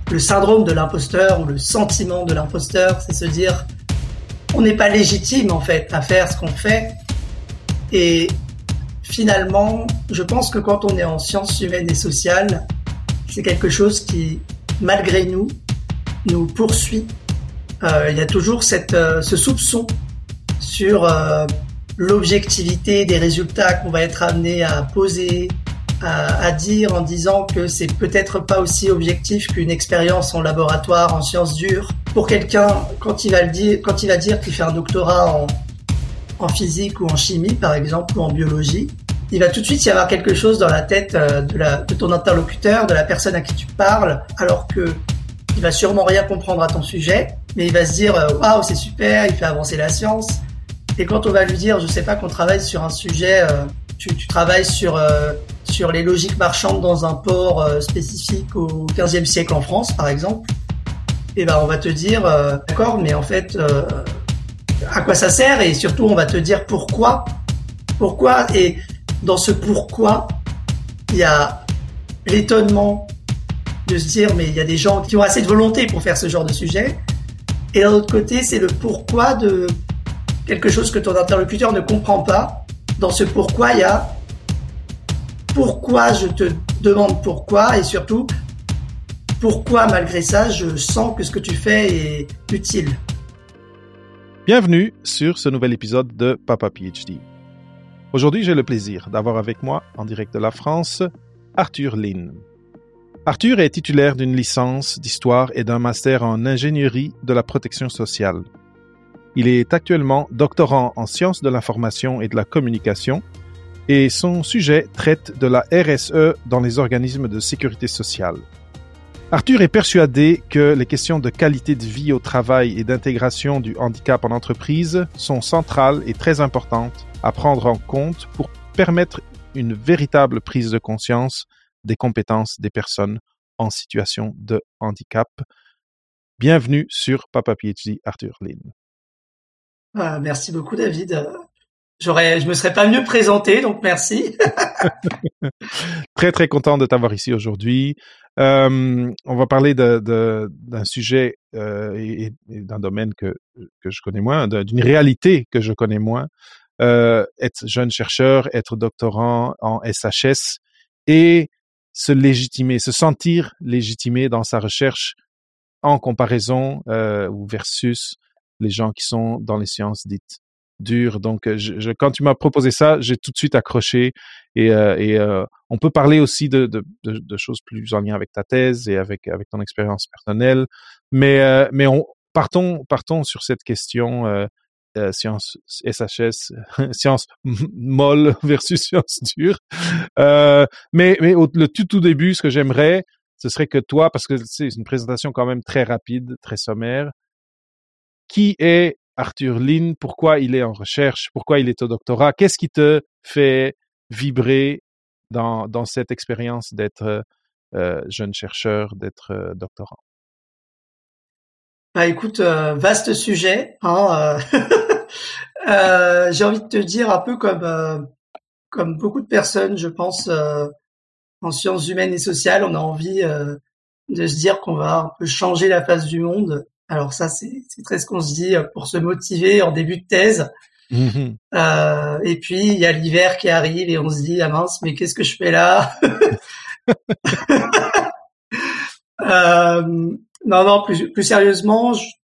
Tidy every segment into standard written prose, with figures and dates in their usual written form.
le syndrome de l'imposteur ou le sentiment de l'imposteur, c'est se dire on n'est pas légitime en fait à faire ce qu'on fait. Et finalement, je pense que quand on est en sciences humaines et sociales, c'est quelque chose qui, malgré nous poursuit. Il y a toujours ce soupçon sur l'objectivité des résultats qu'on va être amené à poser, à dire en disant que c'est peut-être pas aussi objectif qu'une expérience en laboratoire, en sciences dures. Pour quelqu'un, quand il va dire qu'il fait un doctorat en physique ou en chimie, par exemple, ou en biologie, il va tout de suite y avoir quelque chose dans la tête de ton interlocuteur, de la personne à qui tu parles, alors que il va sûrement rien comprendre à ton sujet, mais il va se dire waouh, c'est super, il fait avancer la science. Et quand on va lui dire, je sais pas, qu'on travaille sur un sujet, tu travailles sur les logiques marchandes dans un port spécifique au XVe siècle en France, par exemple, et ben on va te dire d'accord, mais en fait à quoi ça sert, et surtout on va te dire pourquoi, et dans ce pourquoi il y a l'étonnement de se dire mais il y a des gens qui ont assez de volonté pour faire ce genre de sujet, et d'un autre côté c'est le pourquoi de quelque chose que ton interlocuteur ne comprend pas. Dans ce pourquoi il y a pourquoi je te demande pourquoi, et surtout pourquoi malgré ça je sens que ce que tu fais est utile. Bienvenue sur ce nouvel épisode de Papa PhD. Aujourd'hui, j'ai le plaisir d'avoir avec moi, en direct de la France, Arthur Lin. Arthur est titulaire d'une licence d'histoire et d'un master en ingénierie de la protection sociale. Il est actuellement doctorant en sciences de l'information et de la communication, et son sujet traite de la RSE dans les organismes de sécurité sociale. Arthur est persuadé que les questions de qualité de vie au travail et d'intégration du handicap en entreprise sont centrales et très importantes à prendre en compte pour permettre une véritable prise de conscience des compétences des personnes en situation de handicap. Bienvenue sur Papa PhD, Arthur Lin. Merci beaucoup, David. Je me serais pas mieux présenté, donc merci. Très, très content de t'avoir ici aujourd'hui. On va parler d'un sujet et d'un domaine que je connais moins, d'une réalité que je connais moins. Être jeune chercheur, être doctorant en SHS et se sentir légitimé dans sa recherche en comparaison ou versus les gens qui sont dans les sciences dites dures. Donc, quand tu m'as proposé ça, j'ai tout de suite accroché et on peut parler aussi de choses plus en lien avec ta thèse et avec ton expérience personnelle, mais partons sur cette question sciences SHS, sciences molles versus sciences dures. Mais le tout début, ce que j'aimerais, ce serait que toi, parce que c'est une présentation quand même très rapide, très sommaire, qui est Arthur Lin? Pourquoi il est en recherche? Pourquoi il est au doctorat? Qu'est-ce qui te fait vibrer dans cette expérience d'être jeune chercheur, d'être doctorant? Bah écoute, vaste sujet. J'ai envie de te dire un peu comme beaucoup de personnes, je pense, en sciences humaines et sociales, on a envie de se dire qu'on va un peu changer la face du monde. Alors ça, c'est très ce qu'on se dit pour se motiver en début de thèse. Mmh. Et puis il y a l'hiver qui arrive et on se dit ah mince, mais qu'est-ce que je fais là? Non, plus sérieusement,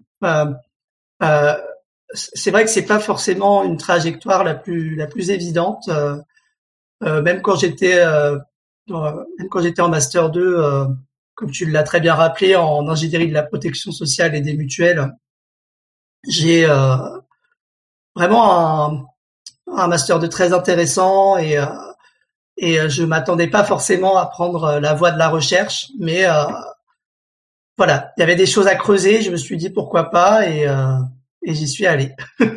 c'est vrai que c'est pas forcément une trajectoire la plus évidente. Même quand j'étais en master 2, comme tu l'as très bien rappelé, en ingénierie de la protection sociale et des mutuelles, j'ai vraiment un master 2 très intéressant et je m'attendais pas forcément à prendre la voie de la recherche, mais voilà, il y avait des choses à creuser, je me suis dit pourquoi pas et j'y suis allé.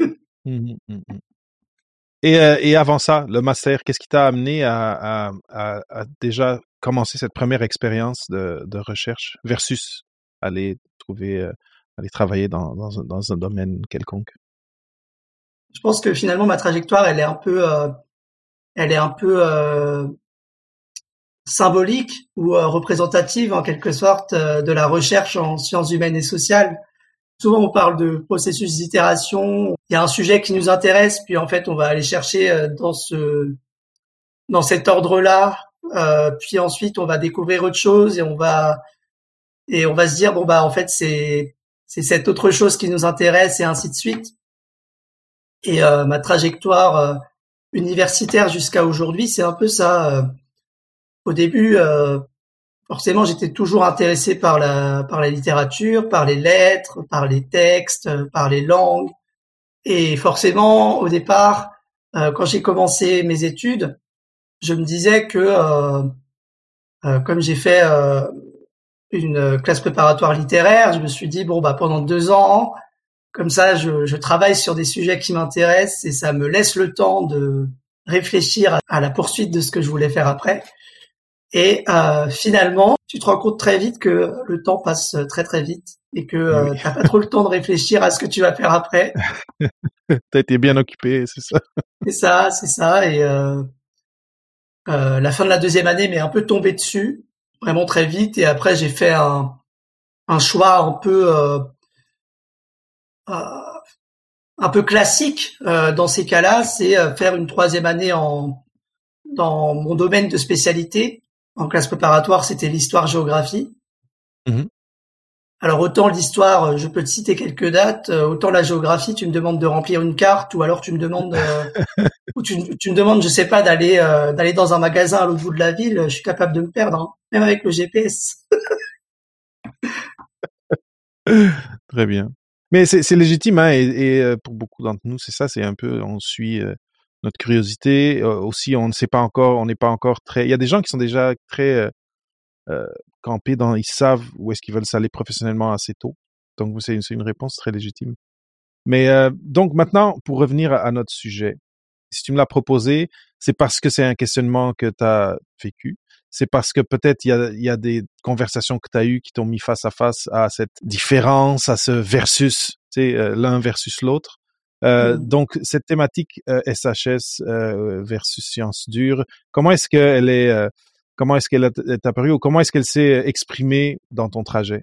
Et avant ça, le master, qu'est-ce qui t'a amené à déjà commencer cette première expérience de recherche versus aller travailler dans un domaine quelconque? Je pense que finalement ma trajectoire, elle est un peu symbolique ou représentative en quelque sorte de la recherche en sciences humaines et sociales. Souvent, on parle de processus d'itération. Il y a un sujet qui nous intéresse, puis en fait, on va aller chercher dans cet ordre-là. Puis ensuite, on va découvrir autre chose et on va se dire bon bah en fait c'est cette autre chose qui nous intéresse et ainsi de suite. Et ma trajectoire universitaire jusqu'à aujourd'hui, c'est un peu ça. Au début, forcément, j'étais toujours intéressé par la littérature, par les lettres, par les textes, par les langues. Et forcément, au départ, quand j'ai commencé mes études, je me disais que comme j'ai fait une classe préparatoire littéraire, je me suis dit bon bah pendant 2 ans, comme ça, je travaille sur des sujets qui m'intéressent et ça me laisse le temps de réfléchir à la poursuite de ce que je voulais faire après. Et finalement, tu te rends compte très vite que le temps passe très très vite et que Oui. t'as pas trop le temps de réfléchir à ce que tu vas faire après. T'as été bien occupé, c'est ça. C'est ça. Et la fin de la 2e année m'est un peu tombée dessus, vraiment très vite. Et après, j'ai fait un choix un peu classique dans ces cas-là, c'est faire une 3e année dans mon domaine de spécialité. En classe préparatoire, c'était l'histoire-géographie. Mhm. Alors autant l'histoire, je peux te citer quelques dates, autant la géographie, tu me demandes de remplir une carte ou alors tu me demandes ou tu me demandes, je sais pas, d'aller dans un magasin à l'autre bout de la ville, je suis capable de me perdre, hein, même avec le GPS. Très bien. Mais c'est légitime, hein, et pour beaucoup d'entre nous, c'est ça, c'est un peu, on suit notre curiosité. Aussi, on ne sait pas encore, on n'est pas encore très. Il y a des gens qui sont déjà très euh, campés ils savent où est-ce qu'ils veulent s'aller professionnellement assez tôt. Donc c'est une réponse très légitime. Mais donc maintenant, pour revenir à notre sujet, si tu me l'as proposé, c'est parce que c'est un questionnement que tu as vécu. C'est parce que peut-être il y a des conversations que tu as eues qui t'ont mis face à cette différence, à ce versus, tu sais, l'un versus l'autre. Donc, cette thématique SHS versus sciences dures, comment est-ce qu'elle est apparue ou comment est-ce qu'elle s'est exprimée dans ton trajet?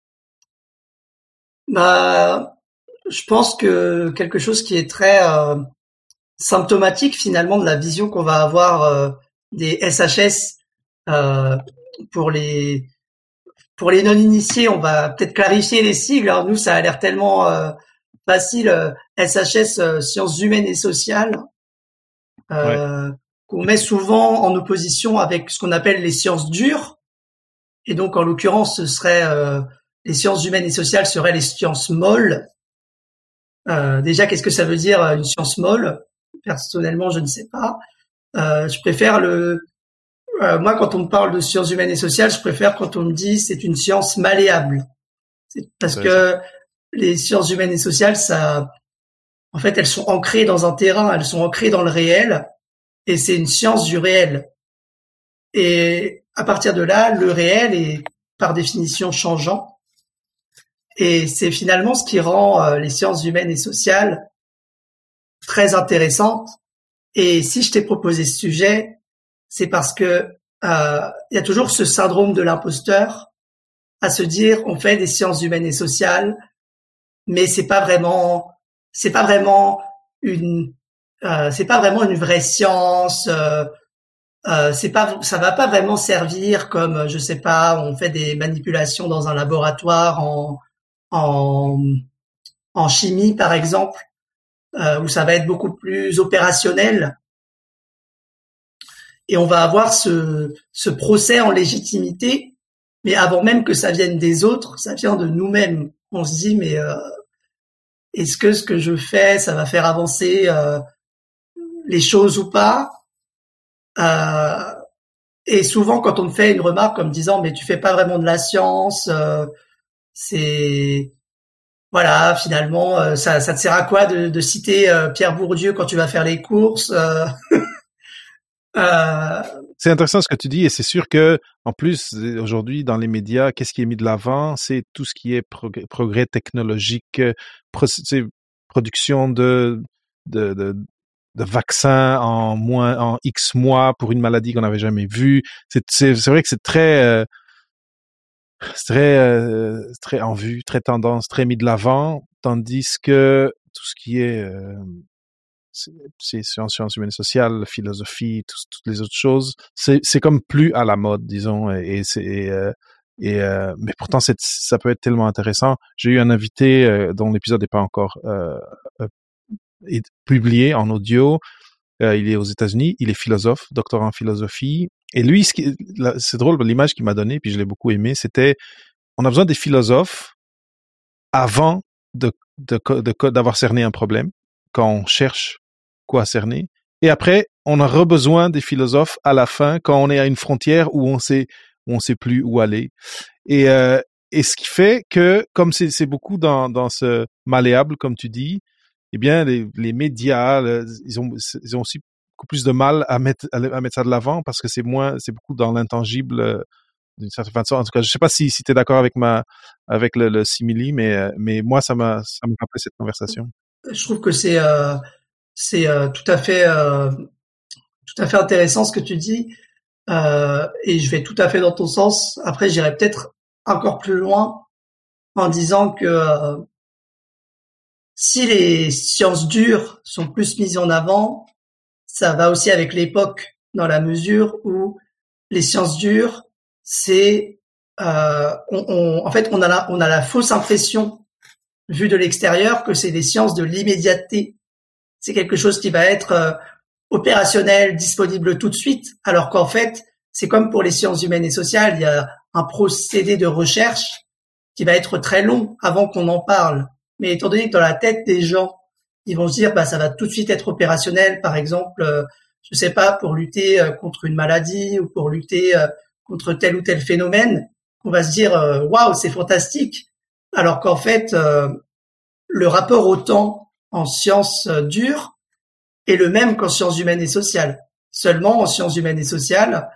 Bah, je pense que quelque chose qui est très symptomatique finalement de la vision qu'on va avoir des SHS euh, pour les non-initiés, on va peut-être clarifier les sigles. Alors nous, ça a l'air tellement facile. SHS, sciences humaines et sociales, Ouais, euh, qu'on met souvent en opposition avec ce qu'on appelle les sciences dures. Et donc, en l'occurrence, ce serait les sciences humaines et sociales seraient les sciences molles. Déjà, qu'est-ce que ça veut dire une science molle? Personnellement, je ne sais pas. Je préfère moi, quand on me parle de sciences humaines et sociales, je préfère quand on me dit c'est une science malléable. C'est parce intéressant. que les sciences humaines et sociales, ça, en fait, elles sont ancrées dans un terrain, elles sont ancrées dans le réel, et c'est une science du réel. Et à partir de là, le réel est par définition changeant, et c'est finalement ce qui rend les sciences humaines et sociales très intéressantes. Et si je t'ai proposé ce sujet, c'est parce que il y a toujours ce syndrome de l'imposteur à se dire on fait des sciences humaines et sociales, mais c'est pas vraiment une c'est pas vraiment une vraie science. C'est pas ça va pas vraiment servir comme je sais pas, on fait des manipulations dans un laboratoire en en chimie par exemple, où ça va être beaucoup plus opérationnel et on va avoir ce procès en légitimité, mais avant même que ça vienne des autres, ça vient de nous-mêmes. On se dit mais est-ce que ce que je fais, ça va faire avancer les choses ou pas? euh, Et souvent, quand on me fait une remarque comme disant mais tu fais pas vraiment de la science, c'est voilà finalement ça te sert à quoi de citer Pierre Bourdieu quand tu vas faire les courses? euh, C'est intéressant ce que tu dis et c'est sûr que en plus aujourd'hui dans les médias, qu'est-ce qui est mis de l'avant, c'est tout ce qui est progrès technologique, production de vaccins en X mois pour une maladie qu'on n'avait jamais vue. C'est vrai que c'est très en vue, très tendance, très mis de l'avant, tandis que tout ce qui est c'est sciences humaines et sociales, philosophie, toutes les autres choses, c'est comme plus à la mode, disons, mais pourtant ça peut être tellement intéressant. J'ai eu un invité dont l'épisode n'est pas encore publié en audio. Il est aux États-Unis, il est philosophe, doctorant en philosophie. Et lui, c'est drôle, l'image qu'il m'a donnée, puis je l'ai beaucoup aimé, c'était on a besoin des philosophes avant d'avoir cerné un problème, quand on cherche quoi cerner. Et après, on a besoin des philosophes à la fin, quand on est à une frontière où on sait plus où aller. Et ce qui fait que, comme c'est beaucoup dans ce malléable, comme tu dis, eh bien, les médias, ils ont aussi beaucoup plus de mal à mettre ça de l'avant parce que c'est beaucoup dans l'intangible, d'une certaine façon. En tout cas, je sais pas si t'es d'accord avec le simili, mais moi, ça me rappelait cette conversation. Je trouve que c'est tout à fait intéressant ce que tu dis, et je vais tout à fait dans ton sens. Après, j'irai peut-être encore plus loin en disant que si les sciences dures sont plus mises en avant, ça va aussi avec l'époque, dans la mesure où les sciences dures, c'est en fait on a la fausse impression vue de l'extérieur que c'est des sciences de l'immédiateté. C'est quelque chose qui va être opérationnel, disponible tout de suite, alors qu'en fait, c'est comme pour les sciences humaines et sociales, il y a un procédé de recherche qui va être très long avant qu'on en parle. Mais étant donné que dans la tête des gens, ils vont se dire, ça va tout de suite être opérationnel, par exemple, je sais pas, pour lutter contre une maladie ou pour lutter contre tel ou tel phénomène, on va se dire, waouh, c'est fantastique. Alors qu'en fait, le rapport au temps en sciences dures est le même qu'en sciences humaines et sociales. Seulement, en sciences humaines et sociales,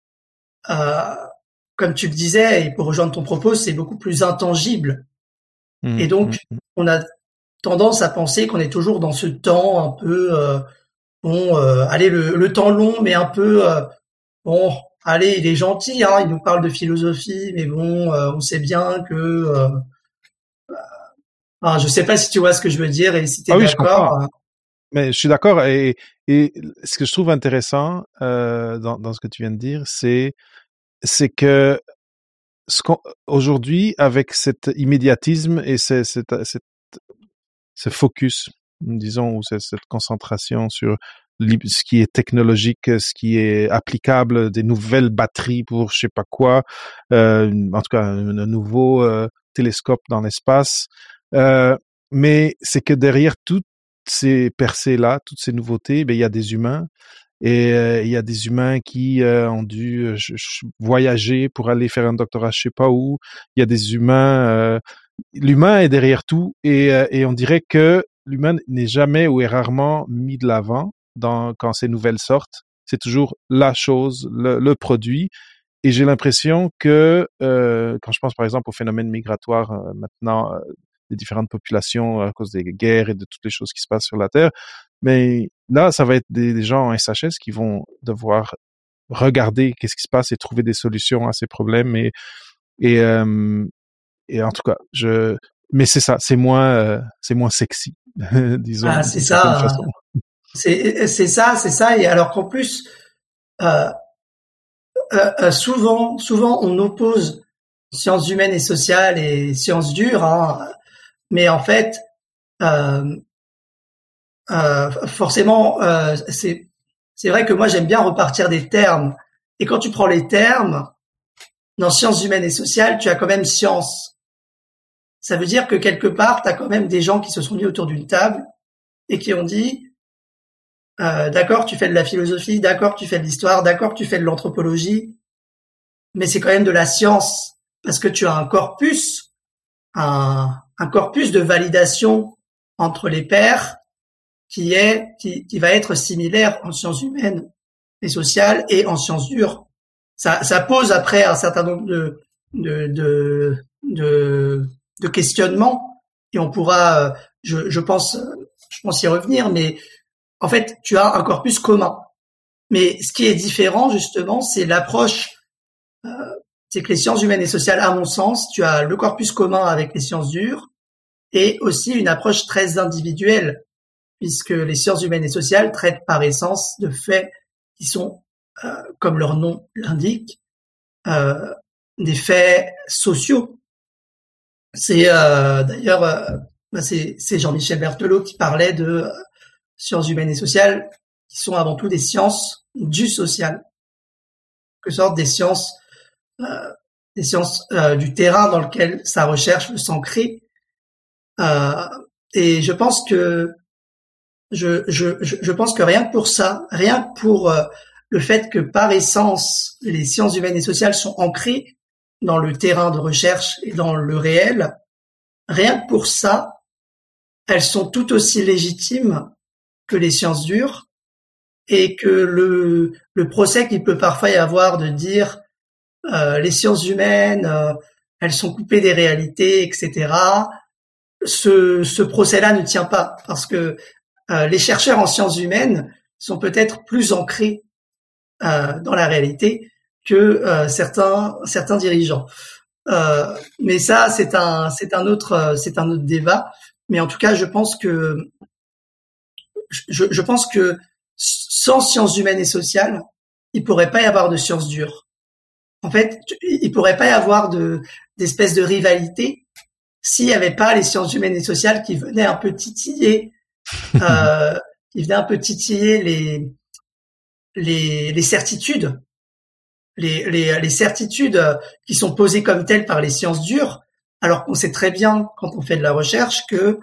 comme tu le disais, et pour rejoindre ton propos, c'est beaucoup plus intangible. Et donc, on a tendance à penser qu'on est toujours dans ce temps un peu, allez, le temps long, mais un peu, allez, il est gentil, hein, il nous parle de philosophie, mais bon, on sait bien que... je sais pas si tu vois ce que je veux dire et si tu es d'accord. Mais je suis d'accord, et ce que je trouve intéressant dans ce que tu viens de dire, c'est que aujourd'hui, avec cet immédiatisme et ce focus, disons, ou cette concentration sur ce qui est technologique, ce qui est applicable, des nouvelles batteries pour je sais pas quoi, en tout cas un nouveau télescope dans l'espace, mais c'est que derrière toutes ces percées-là, toutes ces nouveautés, il y a des humains. Et il y a des humains qui ont dû voyager pour aller faire un doctorat je sais pas où. Il y a des humains, l'humain est derrière tout, et on dirait que l'humain n'est jamais ou est rarement mis de l'avant quand ces nouvelles sortent. C'est toujours la chose, le produit. Et j'ai l'impression que quand je pense par exemple au phénomène migratoire maintenant des différentes populations à cause des guerres et de toutes les choses qui se passent sur la Terre, mais là, ça va être des gens en SHS qui vont devoir regarder qu'est-ce qui se passe et trouver des solutions à ces problèmes. Et en tout cas, mais c'est ça, c'est moins sexy, disons. C'est ça. C'est ça. Et alors qu'en plus, souvent, on oppose sciences humaines et sociales et sciences dures, hein, mais en fait, forcément, c'est vrai que moi j'aime bien repartir des termes. Et quand tu prends les termes, dans sciences humaines et sociales, tu as quand même science. Ça veut dire que quelque part, tu as quand même des gens qui se sont mis autour d'une table et qui ont dit d'accord, tu fais de la philosophie, d'accord, tu fais de l'histoire, d'accord, tu fais de l'anthropologie, mais c'est quand même de la science parce que tu as un corpus de validation entre les pairs qui va être similaire en sciences humaines et sociales et en sciences dures. Ça pose après un certain nombre de questionnements et on pourra, je pense y revenir, mais en fait, tu as un corpus commun. Mais ce qui est différent, justement, c'est l'approche. C'est que les sciences humaines et sociales, à mon sens, tu as le corpus commun avec les sciences dures et aussi une approche très individuelle, puisque les sciences humaines et sociales traitent par essence de faits qui sont, comme leur nom l'indique, des faits sociaux. C'est d'ailleurs, c'est Jean-Michel Berthelot qui parlait de sciences humaines et sociales, qui sont avant tout des sciences du social, que sorte des sciences du terrain dans lequel sa recherche veut s'ancrer. Et je pense que je pense que rien que pour ça, rien que pour le fait que par essence les sciences humaines et sociales sont ancrées dans le terrain de recherche et dans le réel, rien que pour ça, elles sont tout aussi légitimes que les sciences dures, et que le procès qu'il peut parfois y avoir de dire les sciences humaines, elles sont coupées des réalités, etc. Ce procès-là ne tient pas, parce que les chercheurs en sciences humaines sont peut-être plus ancrés dans la réalité que certains dirigeants. Mais ça, c'est un autre débat. Mais en tout cas, je pense que sans sciences humaines et sociales, il pourrait pas y avoir de sciences dures. En fait, il pourrait pas y avoir d'espèce de rivalité s'il y avait pas les sciences humaines et sociales qui venaient un peu titiller, les certitudes, les certitudes qui sont posées comme telles par les sciences dures, alors qu'on sait très bien quand on fait de la recherche que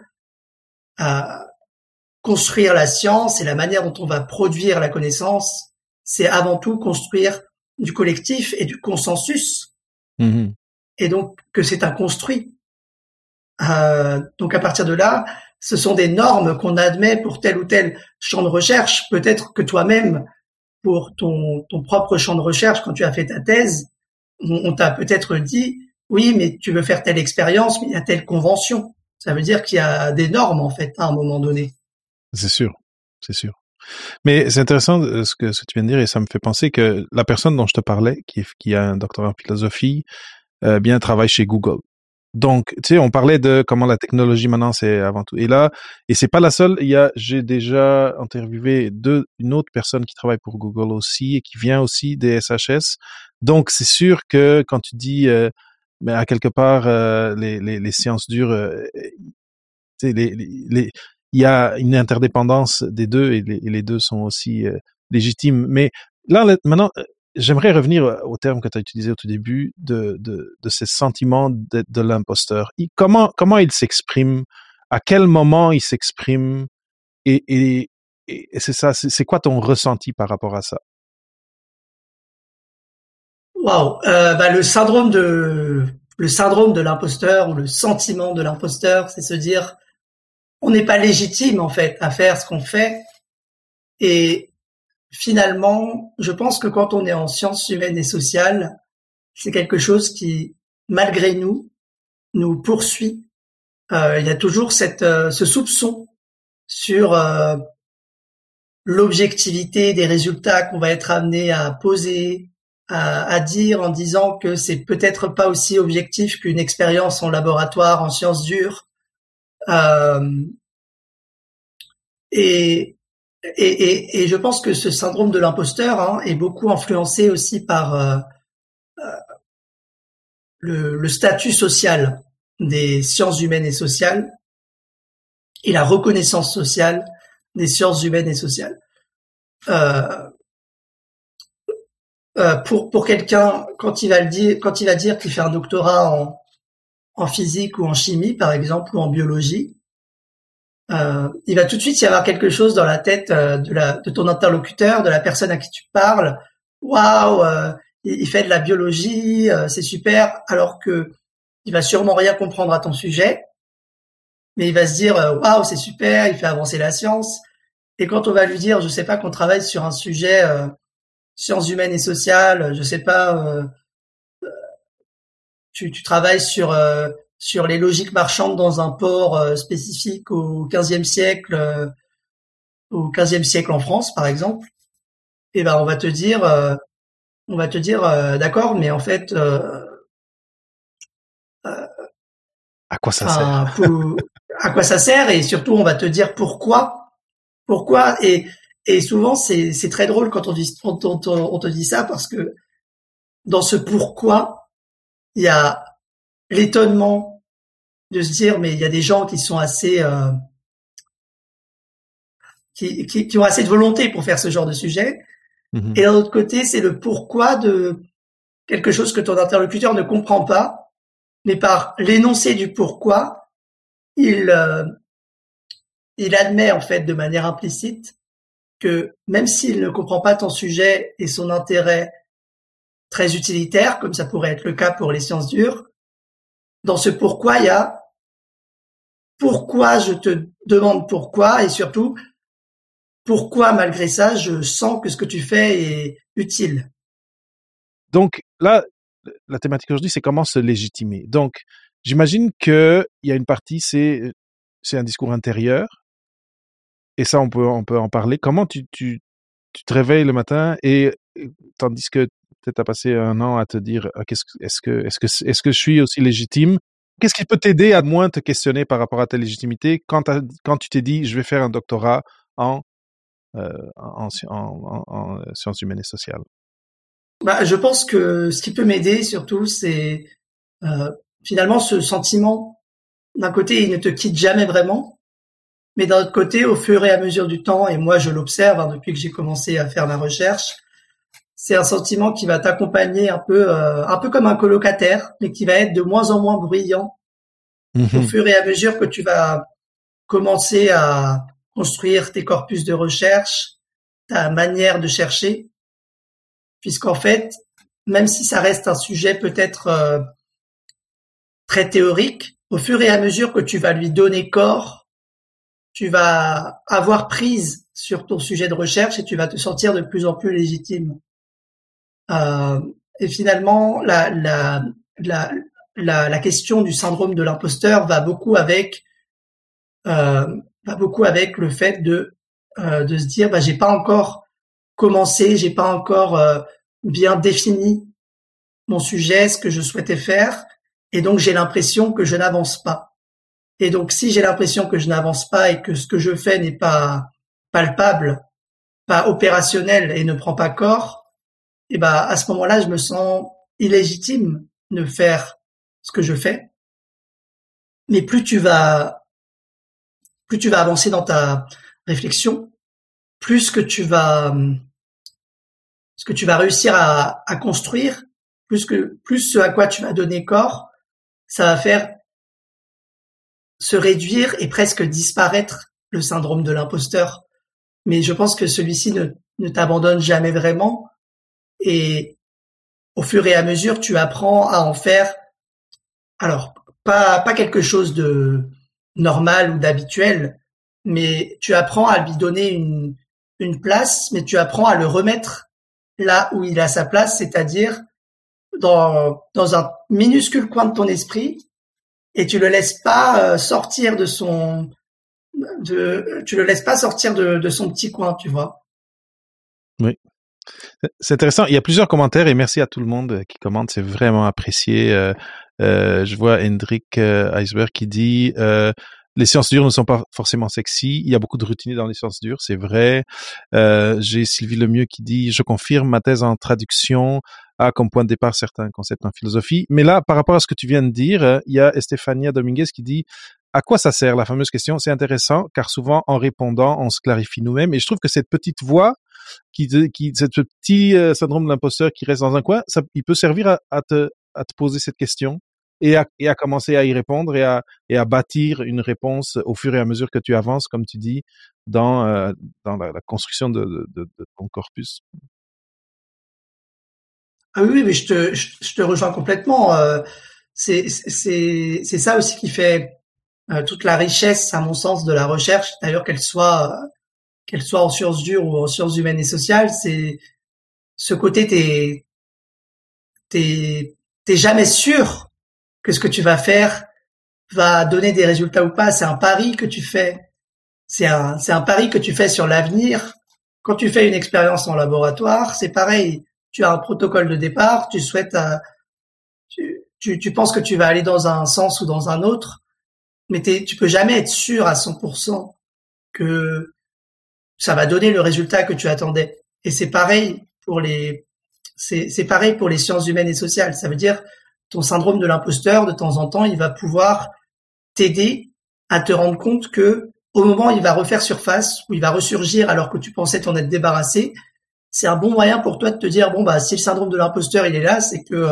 construire la science et la manière dont on va produire la connaissance, c'est avant tout construire du collectif et du consensus. Mhm. Et donc que c'est un construit. Donc à partir de là, ce sont des normes qu'on admet pour tel ou tel champ de recherche. Peut-être que toi-même, pour ton propre champ de recherche, quand tu as fait ta thèse, on t'a peut-être dit, oui, mais tu veux faire telle expérience, mais il y a telle convention. Ça veut dire qu'il y a des normes, en fait, à un moment donné. C'est sûr, c'est sûr. Mais c'est intéressant ce que tu viens de dire, et ça me fait penser que la personne dont je te parlais, qui a un doctorat en philosophie, bien travaille chez Google. Donc, tu sais, on parlait de comment la technologie maintenant c'est avant tout. Et c'est pas la seule. J'ai déjà interviewé une autre personne qui travaille pour Google aussi et qui vient aussi des SHS. Donc, c'est sûr que quand tu dis, mais à quelque part les sciences dures, tu sais, il y a une interdépendance des deux et les deux sont aussi légitimes. Mais là, maintenant, j'aimerais revenir au terme que tu as utilisé au tout début de ces sentiments de l'imposteur. Comment il s'exprime? À quel moment il s'exprime? Et c'est ça. C'est quoi ton ressenti par rapport à ça? Waouh, le syndrome de l'imposteur ou le sentiment de l'imposteur, c'est se dire on n'est pas légitime en fait à faire ce qu'on fait. Et finalement, je pense que quand on est en sciences humaines et sociales, c'est quelque chose qui, malgré nous poursuit. Il y a toujours ce soupçon sur l'objectivité des résultats qu'on va être amené à poser, à dire en disant que c'est peut-être pas aussi objectif qu'une expérience en laboratoire, en sciences dures. Et je pense que ce syndrome de l'imposteur est beaucoup influencé aussi par le statut social des sciences humaines et sociales et la reconnaissance sociale des sciences humaines et sociales. Pour quelqu'un, quand il va dire qu'il fait un doctorat en physique ou en chimie, par exemple, ou en biologie, il va tout de suite y avoir quelque chose dans la tête de ton interlocuteur, de la personne à qui tu parles. Waouh, il fait de la biologie, c'est super, alors que il va sûrement rien comprendre à ton sujet, mais il va se dire waouh, c'est super, il fait avancer la science. Et quand on va lui dire, je sais pas, qu'on travaille sur un sujet sciences humaines et sociales, je sais pas, tu travailles sur les logiques marchandes dans un port spécifique au XVe siècle, au XVe siècle en France, par exemple, et ben on va te dire, d'accord, mais en fait, À quoi ça sert? enfin, à quoi ça sert, et surtout on va te dire pourquoi, et souvent c'est très drôle quand on te dit ça, parce que dans ce pourquoi, il y a l'étonnement de se dire, mais il y a des gens qui sont assez, qui ont assez de volonté pour faire ce genre de sujet. Mhm. Et d'un autre côté, c'est le pourquoi de quelque chose que ton interlocuteur ne comprend pas, mais par l'énoncé du pourquoi, il, euh, il admet en fait de manière implicite que même s'il ne comprend pas ton sujet et son intérêt très utilitaire, comme ça pourrait être le cas pour les sciences dures, dans ce pourquoi, il y a pourquoi je te demande pourquoi, et surtout pourquoi malgré ça je sens que ce que tu fais est utile. Donc là, la thématique aujourd'hui, c'est comment se légitimer. Donc, j'imagine que il y a une partie, c'est un discours intérieur, et ça, on peut en parler. Comment tu te réveilles le matin et tandis que peut-être t'as passé un an à te dire ah, est-ce que je suis aussi légitime? Qu'est-ce qui peut t'aider à moins te questionner par rapport à ta légitimité quand tu t'es dit je vais faire un doctorat en sciences humaines et sociales? Bah, je pense que ce qui peut m'aider surtout, c'est euh, finalement ce sentiment. D'un côté, il ne te quitte jamais vraiment, mais d'un autre côté, au fur et à mesure du temps, et moi je l'observe depuis que j'ai commencé à faire ma recherche, c'est un sentiment qui va t'accompagner un peu comme un colocataire, mais qui va être de moins en moins bruyant au Mhm. fur et à mesure que tu vas commencer à construire tes corpus de recherche, ta manière de chercher, puisqu'en fait, même si ça reste un sujet peut-être très théorique, au fur et à mesure que tu vas lui donner corps, tu vas avoir prise sur ton sujet de recherche et tu vas te sentir de plus en plus légitime. Euh, et finalement, la, la question du syndrome de l'imposteur euh, va beaucoup avec le fait de se dire, bah, j'ai pas encore commencé, j'ai pas encore bien défini mon sujet, ce que je souhaitais faire, et donc j'ai l'impression que je n'avance pas. Et donc si j'ai l'impression que je n'avance pas et que ce que je fais n'est pas palpable, pas opérationnel et ne prend pas corps, et ben à ce moment-là, je me sens illégitime de faire ce que je fais. Mais plus tu vas avancer dans ta réflexion, plus que tu vas ce que tu vas réussir à construire, plus ce à quoi tu vas donner corps, ça va faire se réduire et presque disparaître le syndrome de l'imposteur. Mais je pense que celui-ci ne t'abandonne jamais vraiment, et au fur et à mesure, tu apprends à en faire, alors, pas quelque chose de normal ou d'habituel, mais tu apprends à lui donner une place, mais tu apprends à le remettre là où il a sa place, c'est-à-dire dans un minuscule coin de ton esprit, et tu le laisses pas sortir tu le laisses pas sortir de son petit coin, tu vois. Oui. C'est intéressant. Il y a plusieurs commentaires et merci à tout le monde qui commente. C'est vraiment apprécié. Je vois Hendrik Iceberg qui dit les sciences dures ne sont pas forcément sexy. Il y a beaucoup de routiniers dans les sciences dures, c'est vrai. J'ai Sylvie Lemieux qui dit je confirme ma thèse en traduction a comme point de départ certains concepts en philosophie. Mais là, par rapport à ce que tu viens de dire, il y a Estefania Dominguez qui dit à quoi ça sert la fameuse question? C'est intéressant car souvent en répondant, on se clarifie nous-mêmes. Et je trouve que cette petite voix ce petit syndrome de l'imposteur qui reste dans un coin, ça, il peut servir à te poser cette question et à commencer à y répondre et à bâtir une réponse au fur et à mesure que tu avances, comme tu dis, dans la construction de ton corpus. Ah oui, mais je te rejoins complètement. C'est ça aussi qui fait toute la richesse, à mon sens, de la recherche. D'ailleurs, qu'elle soit en sciences dures ou en sciences humaines et sociales, c'est ce côté, t'es jamais sûr que ce que tu vas faire va donner des résultats ou pas. C'est un pari que tu fais. c'est un pari que tu fais sur l'avenir. Quand tu fais une expérience en laboratoire, c'est pareil. Tu as un protocole de départ, tu souhaites, tu penses que tu vas aller dans un sens ou dans un autre, mais tu peux jamais être sûr à 100% que ça va donner le résultat que tu attendais. Et c'est pareil pour c'est pareil pour les sciences humaines et sociales. Ça veut dire, ton syndrome de l'imposteur, de temps en temps, il va pouvoir t'aider à te rendre compte que, au moment où il va refaire surface, où il va ressurgir alors que tu pensais t'en être débarrassé, c'est un bon moyen pour toi de te dire, bon, bah, si le syndrome de l'imposteur, il est là,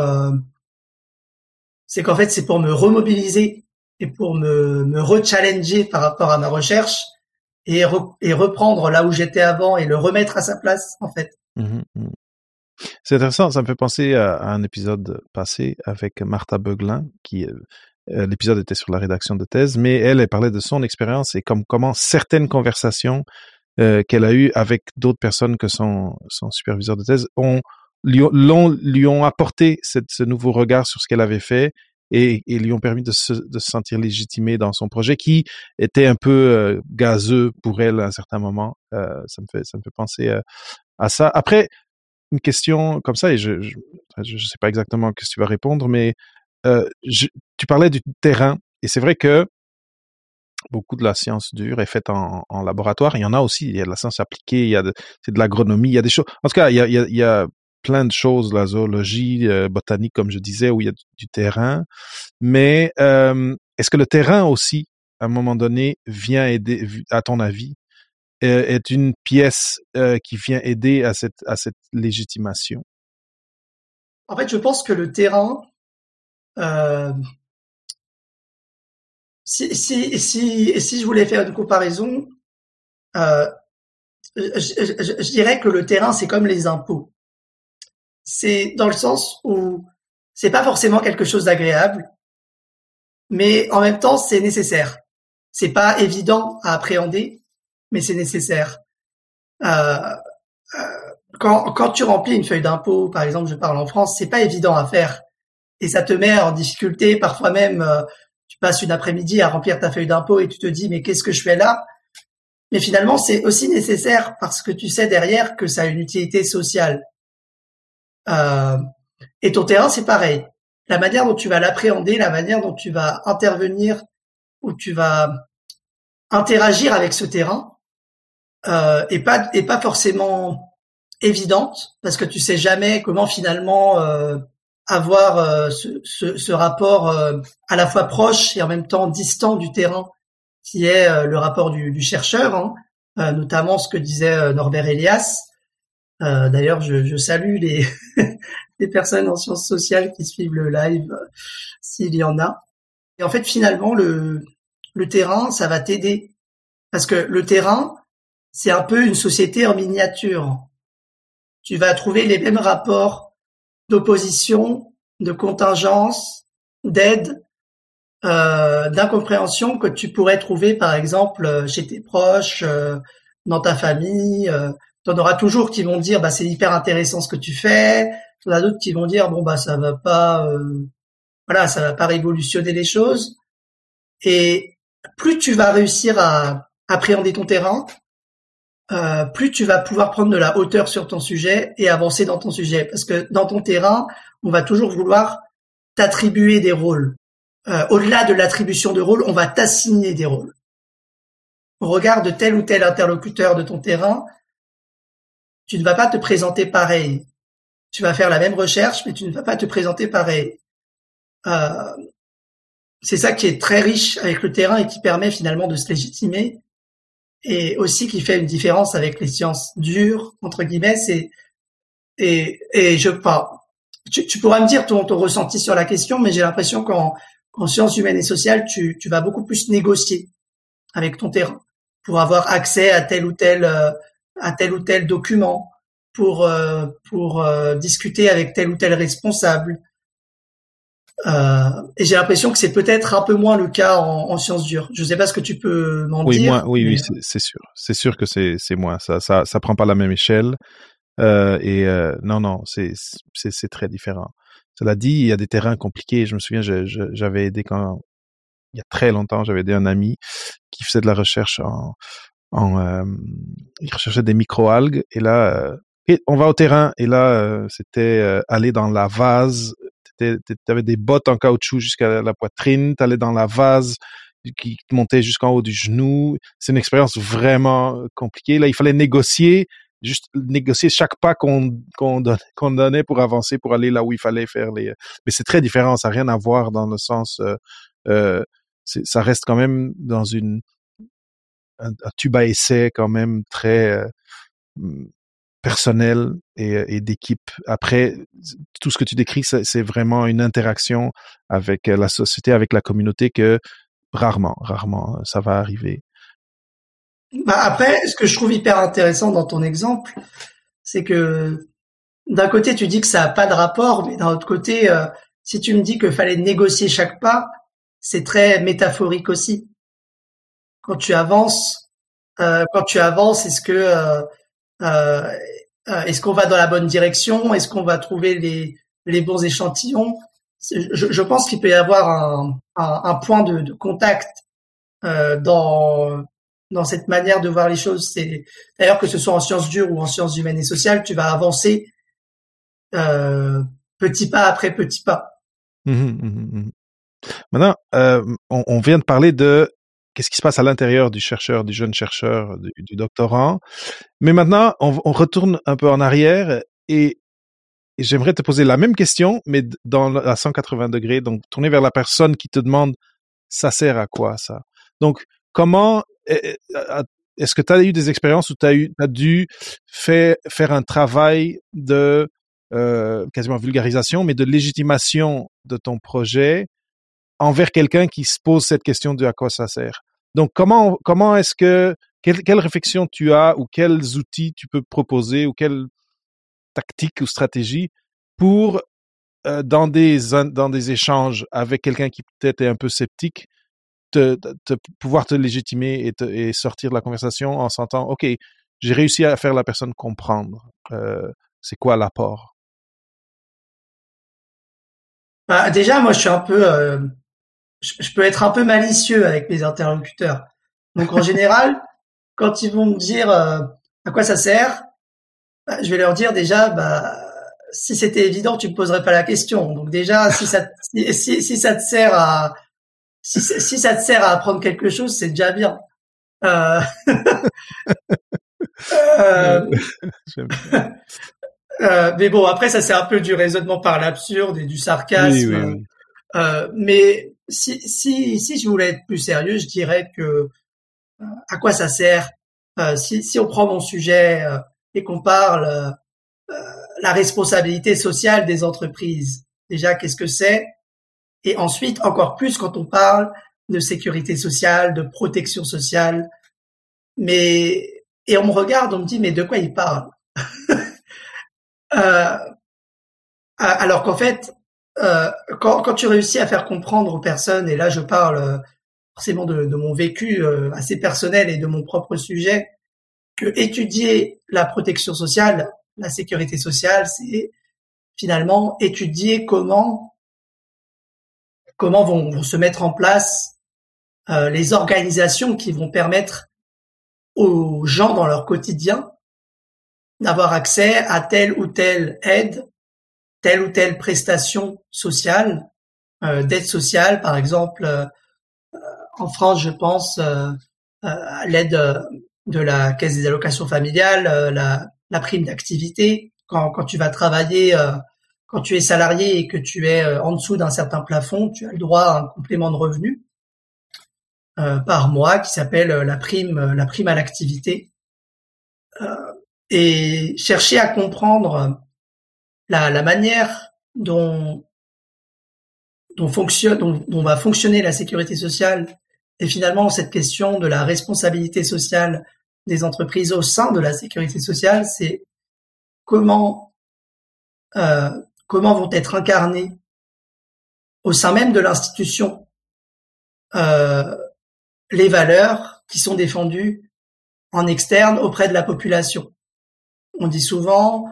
c'est qu'en fait, c'est pour me remobiliser et pour me rechallenger par rapport à ma recherche et reprendre là où j'étais avant et le remettre à sa place, en fait. Mhm, mhm. C'est intéressant, ça me fait penser à un épisode passé avec Martha Beuglin, l'épisode était sur la rédaction de thèse, mais elle parlait de son expérience et comment certaines conversations qu'elle a eues avec d'autres personnes que son superviseur de thèse lui ont apporté ce nouveau regard sur ce qu'elle avait fait et lui ont permis de se sentir légitimée dans son projet qui était un peu gazeux pour elle à un certain moment. Ça me fait penser à ça. Après, une question comme ça, et je sais pas exactement ce que tu vas répondre, mais tu parlais du terrain, et c'est vrai que beaucoup de la science dure est faite en laboratoire. Il y en a aussi, il y a de la science appliquée, c'est de l'agronomie, il y a des choses. En tout cas, il y a plein de choses, la zoologie, botanique, comme je disais, où il y a du terrain. Mais est-ce que le terrain aussi, à un moment donné, vient aider, à ton avis, est une pièce qui vient aider à cette légitimation? En fait, je pense que le terrain, si je voulais faire une comparaison, je dirais que le terrain, c'est comme les impôts. C'est dans le sens où c'est pas forcément quelque chose d'agréable, mais en même temps, c'est nécessaire. C'est pas évident à appréhender, mais c'est nécessaire. Quand tu remplis une feuille d'impôt, par exemple, je parle en France, c'est pas évident à faire. Et ça te met en difficulté, parfois même, tu passes une après-midi à remplir ta feuille d'impôt et tu te dis, mais qu'est-ce que je fais là? Mais finalement, c'est aussi nécessaire parce que tu sais derrière que ça a une utilité sociale. Et ton terrain, c'est pareil. La manière dont tu vas l'appréhender, la manière dont tu vas intervenir, où tu vas interagir avec ce terrain, est pas forcément évidente parce que tu sais jamais comment finalement avoir ce rapport à la fois proche et en même temps distant du terrain, qui est le rapport du chercheur, hein, notamment ce que disait Norbert Elias. D'ailleurs, je salue les les personnes en sciences sociales qui suivent le live, s'il y en a. Et en fait, finalement, le terrain, ça va t'aider. Parce que le terrain, c'est un peu une société en miniature. Tu vas trouver les mêmes rapports d'opposition, de contingence, d'aide, d'incompréhension que tu pourrais trouver, par exemple, chez tes proches, dans ta famille. T'en auras toujours qui vont dire, bah, c'est hyper intéressant ce que tu fais. T'en as d'autres qui vont dire, bon, bah, ça va pas révolutionner les choses. Et plus tu vas réussir à appréhender ton terrain, plus tu vas pouvoir prendre de la hauteur sur ton sujet et avancer dans ton sujet. Parce que dans ton terrain, on va toujours vouloir t'attribuer des rôles. Au-delà de l'attribution de rôles, on va t'assigner des rôles. Au regard de tel ou tel interlocuteur de ton terrain, tu ne vas pas te présenter pareil. Tu vas faire la même recherche, mais tu ne vas pas te présenter pareil. C'est ça qui est très riche avec le terrain et qui permet finalement de se légitimer, et aussi qui fait une différence avec les sciences dures, entre guillemets. Tu pourras me dire ton ressenti sur la question, mais j'ai l'impression qu'en sciences humaines et sociales, tu vas beaucoup plus négocier avec ton terrain pour avoir accès à tel ou tel document, pour discuter avec tel ou tel responsable. Et j'ai l'impression que c'est peut-être un peu moins le cas en sciences dures. Je sais pas ce que tu peux m'en dire. Oui, c'est sûr. C'est sûr que c'est moins. Ça prend pas la même échelle. Non, c'est très différent. Cela dit, il y a des terrains compliqués. Je me souviens, j'avais aidé il y a très longtemps, j'avais aidé un ami qui faisait de la recherche ils recherchaient des microalgues et là, et on va au terrain et là, c'était aller dans la vase. T'avais des bottes en caoutchouc jusqu'à la poitrine, t'allais dans la vase qui montait jusqu'en haut du genou. C'est une expérience vraiment compliquée. Là, il fallait juste négocier chaque pas qu'on donnait pour avancer, pour aller là où il fallait faire les. Mais c'est très différent, ça n'a rien à voir dans le sens. Ça reste quand même dans un tube à essai quand même très personnel et d'équipe. Après, tout ce que tu décris, c'est vraiment une interaction avec la société, avec la communauté que rarement, ça va arriver. Après, ce que je trouve hyper intéressant dans ton exemple, c'est que d'un côté, tu dis que ça n'a pas de rapport, mais d'un autre côté, si tu me dis qu'il fallait négocier chaque pas, c'est très métaphorique aussi. Quand tu avances, est-ce que est-ce qu'on va dans la bonne direction? Est-ce qu'on va trouver les bons échantillons? Je pense qu'il peut y avoir un point de contact dans cette manière de voir les choses. C'est d'ailleurs que ce soit en sciences dures ou en sciences humaines et sociales, tu vas avancer petit pas après petit pas. Maintenant, on vient de parler de qu'est-ce qui se passe à l'intérieur du chercheur, du jeune chercheur, du doctorant. Mais maintenant, on retourne un peu en arrière et j'aimerais te poser la même question, mais à 180 degrés, donc tourner vers la personne qui te demande ça sert à quoi ça? Donc, comment est-ce que tu as eu des expériences où tu as dû faire un travail de quasiment vulgarisation, mais de légitimation de ton projet envers quelqu'un qui se pose cette question de à quoi ça sert? Donc, comment est-ce que quelle réflexion tu as ou quels outils tu peux proposer ou quelle tactique ou stratégie pour dans des échanges avec quelqu'un qui peut-être est un peu sceptique pouvoir te légitimer et sortir de la conversation en sentant ok, j'ai réussi à faire la personne comprendre c'est quoi l'apport. Déjà, moi, je suis un peu je peux être un peu malicieux avec mes interlocuteurs. Donc en général, quand ils vont me dire à quoi ça sert, je vais leur dire déjà si c'était évident, tu me poserais pas la question. Donc déjà si ça te sert à si ça te sert à apprendre quelque chose, c'est déjà bien. Mais bon, après ça c'est un peu du raisonnement par l'absurde et du sarcasme. Oui. Mais si je voulais être plus sérieux, je dirais que à quoi ça sert si on prend mon sujet et qu'on parle la responsabilité sociale des entreprises. Déjà, qu'est-ce que c'est? Et ensuite, encore plus quand on parle de sécurité sociale, de protection sociale. Et on me regarde, on me dit, mais de quoi il parle? Alors qu'en fait, quand tu réussis à faire comprendre aux personnes, et là je parle forcément de mon vécu assez personnel et de mon propre sujet, que étudier la protection sociale, la sécurité sociale, c'est finalement étudier comment vont se mettre en place les organisations qui vont permettre aux gens dans leur quotidien d'avoir accès à telle ou telle aide, telle ou telle prestation sociale, d'aide sociale, par exemple. En France, je pense à l'aide de la Caisse des allocations familiales, la prime d'activité. Quand tu vas travailler, quand tu es salarié et que tu es en dessous d'un certain plafond, tu as le droit à un complément de revenu par mois qui s'appelle la prime à l'activité. Et chercher à comprendre la manière dont va fonctionner la sécurité sociale et finalement cette question de la responsabilité sociale des entreprises au sein de la sécurité sociale, c'est comment vont être incarnées au sein même de l'institution les valeurs qui sont défendues en externe auprès de la population. On dit souvent,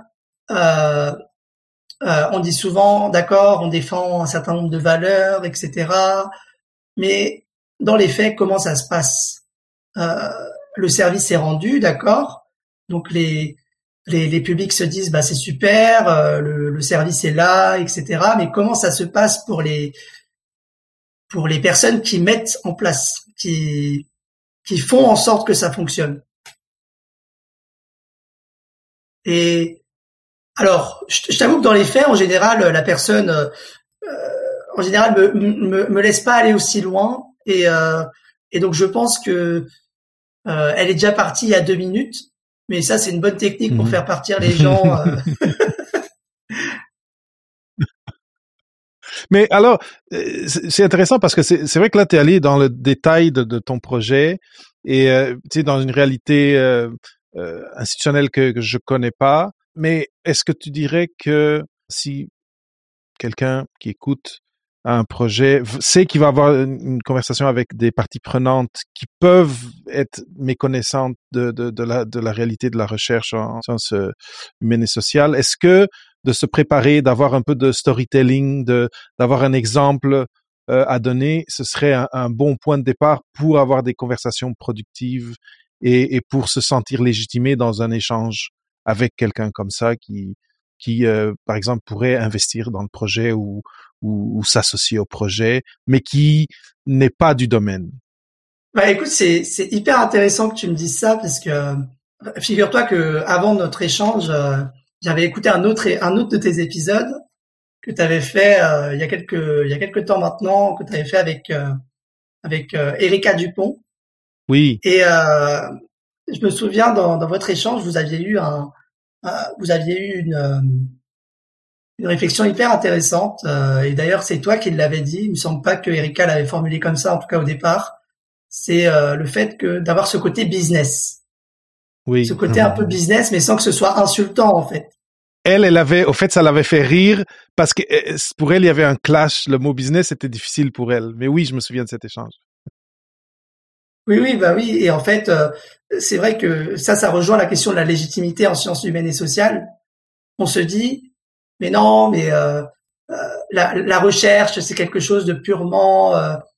d'accord, on défend un certain nombre de valeurs, etc. Mais dans les faits, comment ça se passe le service est rendu, d'accord. Donc les publics se disent c'est super, le service est là, etc. Mais comment ça se passe pour les personnes qui mettent en place, qui font en sorte que ça fonctionne. Et alors, je t'avoue que dans les faits, en général, la personne, en général, me laisse pas aller aussi loin. Et donc, je pense que elle est déjà partie il y a 2 minutes. Mais ça, c'est une bonne technique pour faire partir les gens. Mais alors, c'est intéressant parce que c'est vrai que là, tu es allé dans le détail de ton projet et tu sais, dans une réalité institutionnelle que je connais pas. Mais est-ce que tu dirais que si quelqu'un qui écoute un projet sait qu'il va avoir une conversation avec des parties prenantes qui peuvent être méconnaissantes de la réalité de la recherche en sciences humaines et sociales, est-ce que de se préparer, d'avoir un peu de storytelling, d'avoir un exemple à donner, ce serait un bon point de départ pour avoir des conversations productives et pour se sentir légitimé dans un échange avec quelqu'un comme ça qui par exemple, pourrait investir dans le projet ou s'associer au projet, mais qui n'est pas du domaine. Écoute, c'est hyper intéressant que tu me dises ça parce que figure-toi que avant notre échange, j'avais écouté un autre de tes épisodes que tu avais fait il y a quelques temps maintenant, que tu avais fait avec Erika Dupont. Oui. Et je me souviens dans votre échange, vous aviez eu une réflexion hyper intéressante. Et d'ailleurs, c'est toi qui l'avais dit. Il me semble pas que Erika l'avait formulé comme ça, en tout cas au départ. C'est le fait que d'avoir ce côté business. Oui. Ce côté un peu business, mais sans que ce soit insultant, en fait. Elle avait, au fait, ça l'avait fait rire parce que pour elle, il y avait un clash. Le mot business était difficile pour elle. Mais oui, je me souviens de cet échange. Oui, oui. Et en fait, c'est vrai que ça rejoint la question de la légitimité en sciences humaines et sociales. On se dit, mais non, mais la recherche, c'est quelque chose de purement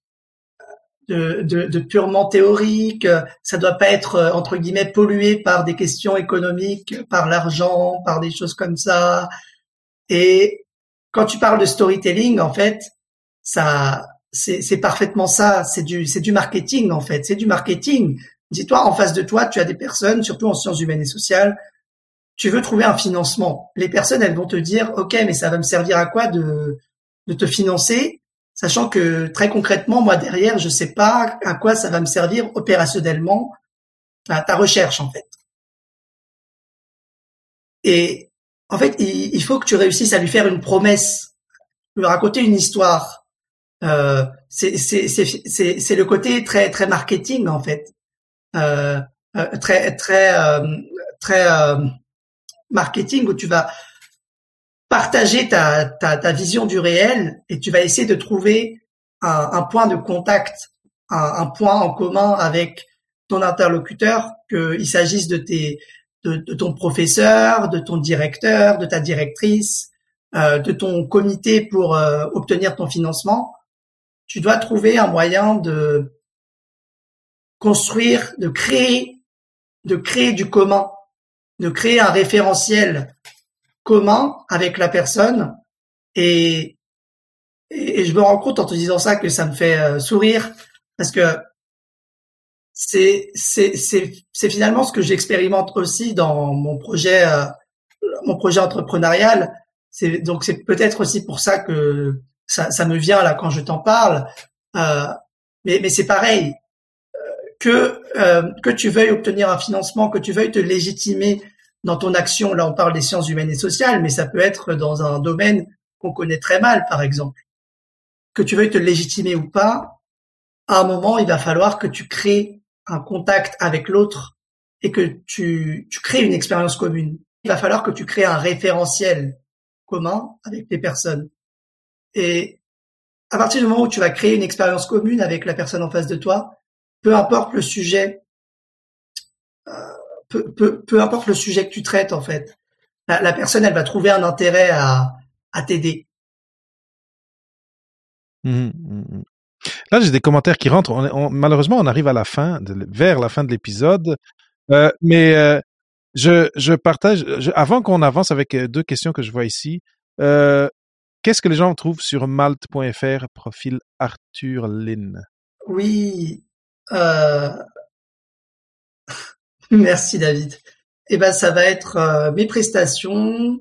de purement théorique. Ça doit pas être entre guillemets pollué par des questions économiques, par l'argent, par des choses comme ça. Et quand tu parles de storytelling, en fait, ça, c'est parfaitement ça. C'est du marketing, en fait. C'est du marketing. Dis-toi, en face de toi, tu as des personnes, surtout en sciences humaines et sociales, tu veux trouver un financement. Les personnes, elles vont te dire, OK, mais ça va me servir à quoi de te financer, sachant que très concrètement, moi derrière, je sais pas à quoi ça va me servir opérationnellement, ta recherche, en fait. Et en fait, il faut que tu réussisses à lui faire une promesse, lui raconter une histoire. C'est le côté très très marketing, en fait. Très marketing, où tu vas partager ta vision du réel et tu vas essayer de trouver un point de contact, un point en commun avec ton interlocuteur, qu'il s'agisse de ton professeur, de ton directeur, de ta directrice, de ton comité pour obtenir ton financement. Tu dois trouver un moyen de construire, de créer du commun, de créer un référentiel commun avec la personne. Et je me rends compte en te disant ça que ça me fait sourire, parce que c'est finalement ce que j'expérimente aussi dans mon projet entrepreneurial. Donc c'est peut-être aussi pour ça que ça me vient là quand je t'en parle. Mais c'est pareil, que tu veuilles obtenir un financement, que tu veuilles te légitimer dans ton action. Là, on parle des sciences humaines et sociales, mais ça peut être dans un domaine qu'on connaît très mal, par exemple. Que tu veuilles te légitimer ou pas, à un moment, il va falloir que tu crées un contact avec l'autre et que tu crées une expérience commune. Il va falloir que tu crées un référentiel commun avec les personnes. Et à partir du moment où tu vas créer une expérience commune avec la personne en face de toi, peu importe le sujet, peu importe le sujet que tu traites, en fait, la personne, elle va trouver un intérêt à t'aider. Là, j'ai des commentaires qui rentrent. Malheureusement, on arrive à la fin, vers la fin de l'épisode. Mais je partage, avant qu'on avance avec deux questions que je vois ici, qu'est-ce que les gens trouvent sur malte.fr, profil Arthur Lynn? Oui, merci David. Eh ben, ça va être mes prestations,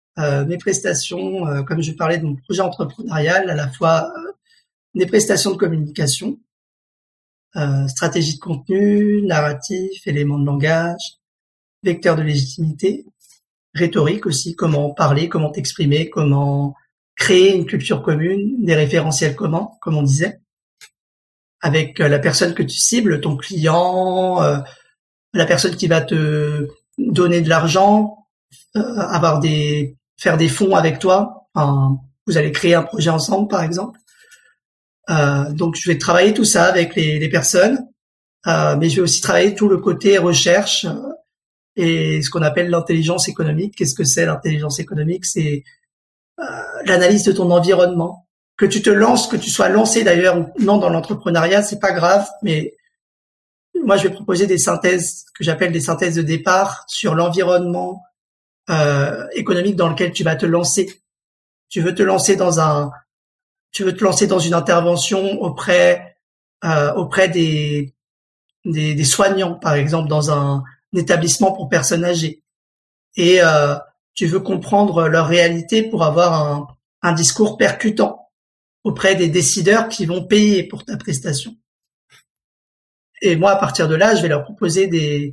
comme je parlais de mon projet entrepreneurial, à la fois des prestations de communication, stratégie de contenu, narratif, éléments de langage, vecteur de légitimité, rhétorique aussi, comment parler, comment t'exprimer, comment créer une culture commune, des référentiels communs, comme on disait, avec la personne que tu cibles, ton client, la personne qui va te donner de l'argent, faire des fonds avec toi. Enfin, vous allez créer un projet ensemble, par exemple. Donc, je vais travailler tout ça avec les personnes, mais je vais aussi travailler tout le côté recherche et ce qu'on appelle l'intelligence économique. Qu'est-ce que c'est l'intelligence économique? C'est l'analyse de ton environnement. Que tu te lances, que tu sois lancé d'ailleurs ou non dans l'entrepreneuriat, c'est pas grave, mais moi je vais proposer des synthèses que j'appelle des synthèses de départ sur l'environnement économique dans lequel tu vas te lancer. Tu veux te lancer dans une intervention auprès des soignants, par exemple, dans un établissement pour personnes âgées. Et tu veux comprendre leur réalité pour avoir un discours percutant auprès des décideurs qui vont payer pour ta prestation. Et moi, à partir de là, je vais leur proposer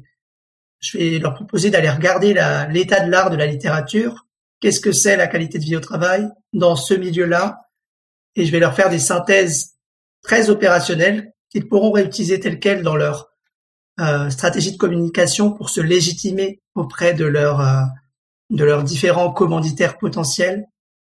d'aller regarder l'état de l'art de la littérature. Qu'est-ce que c'est la qualité de vie au travail dans ce milieu-là? Et je vais leur faire des synthèses très opérationnelles qu'ils pourront réutiliser telles quelles dans leur stratégie de communication pour se légitimer auprès de leurs différents commanditaires potentiels.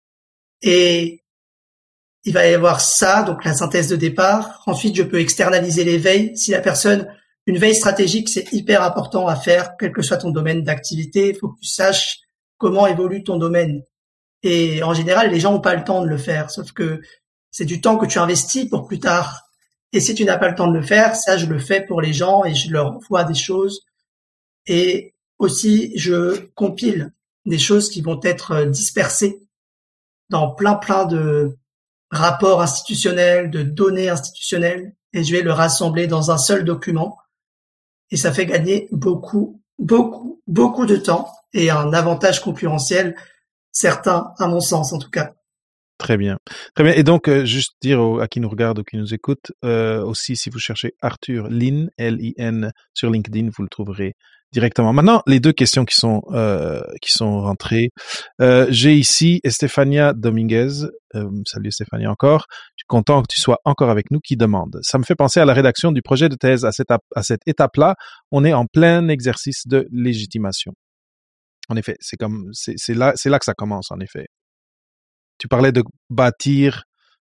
Et il va y avoir ça, donc la synthèse de départ. Ensuite, je peux externaliser les veilles. Si une veille stratégique, c'est hyper important à faire, quel que soit ton domaine d'activité. Il faut que tu saches comment évolue ton domaine. Et en général, les gens n'ont pas le temps de le faire, sauf que c'est du temps que tu investis pour plus tard. Et si tu n'as pas le temps de le faire, ça, je le fais pour les gens et je leur envoie des choses. Et aussi, je compile des choses qui vont être dispersées dans plein de rapports institutionnels, de données institutionnelles, et je vais le rassembler dans un seul document. Et ça fait gagner beaucoup de temps et un avantage concurrentiel certain, à mon sens en tout cas. Très bien. Très bien. Et donc, juste dire à qui nous regarde ou qui nous écoute, aussi, si vous cherchez Arthur Lynn, L-I-N, sur LinkedIn, vous le trouverez directement. Maintenant, les deux questions qui sont rentrées. J'ai ici Estefania Dominguez. Salut Estefania encore. Je suis content que tu sois encore avec nous, qui demande. Ça me fait penser à la rédaction du projet de thèse. À cette étape-là, on est en plein exercice de légitimation. En effet, c'est là que ça commence, en effet. Tu parlais de bâtir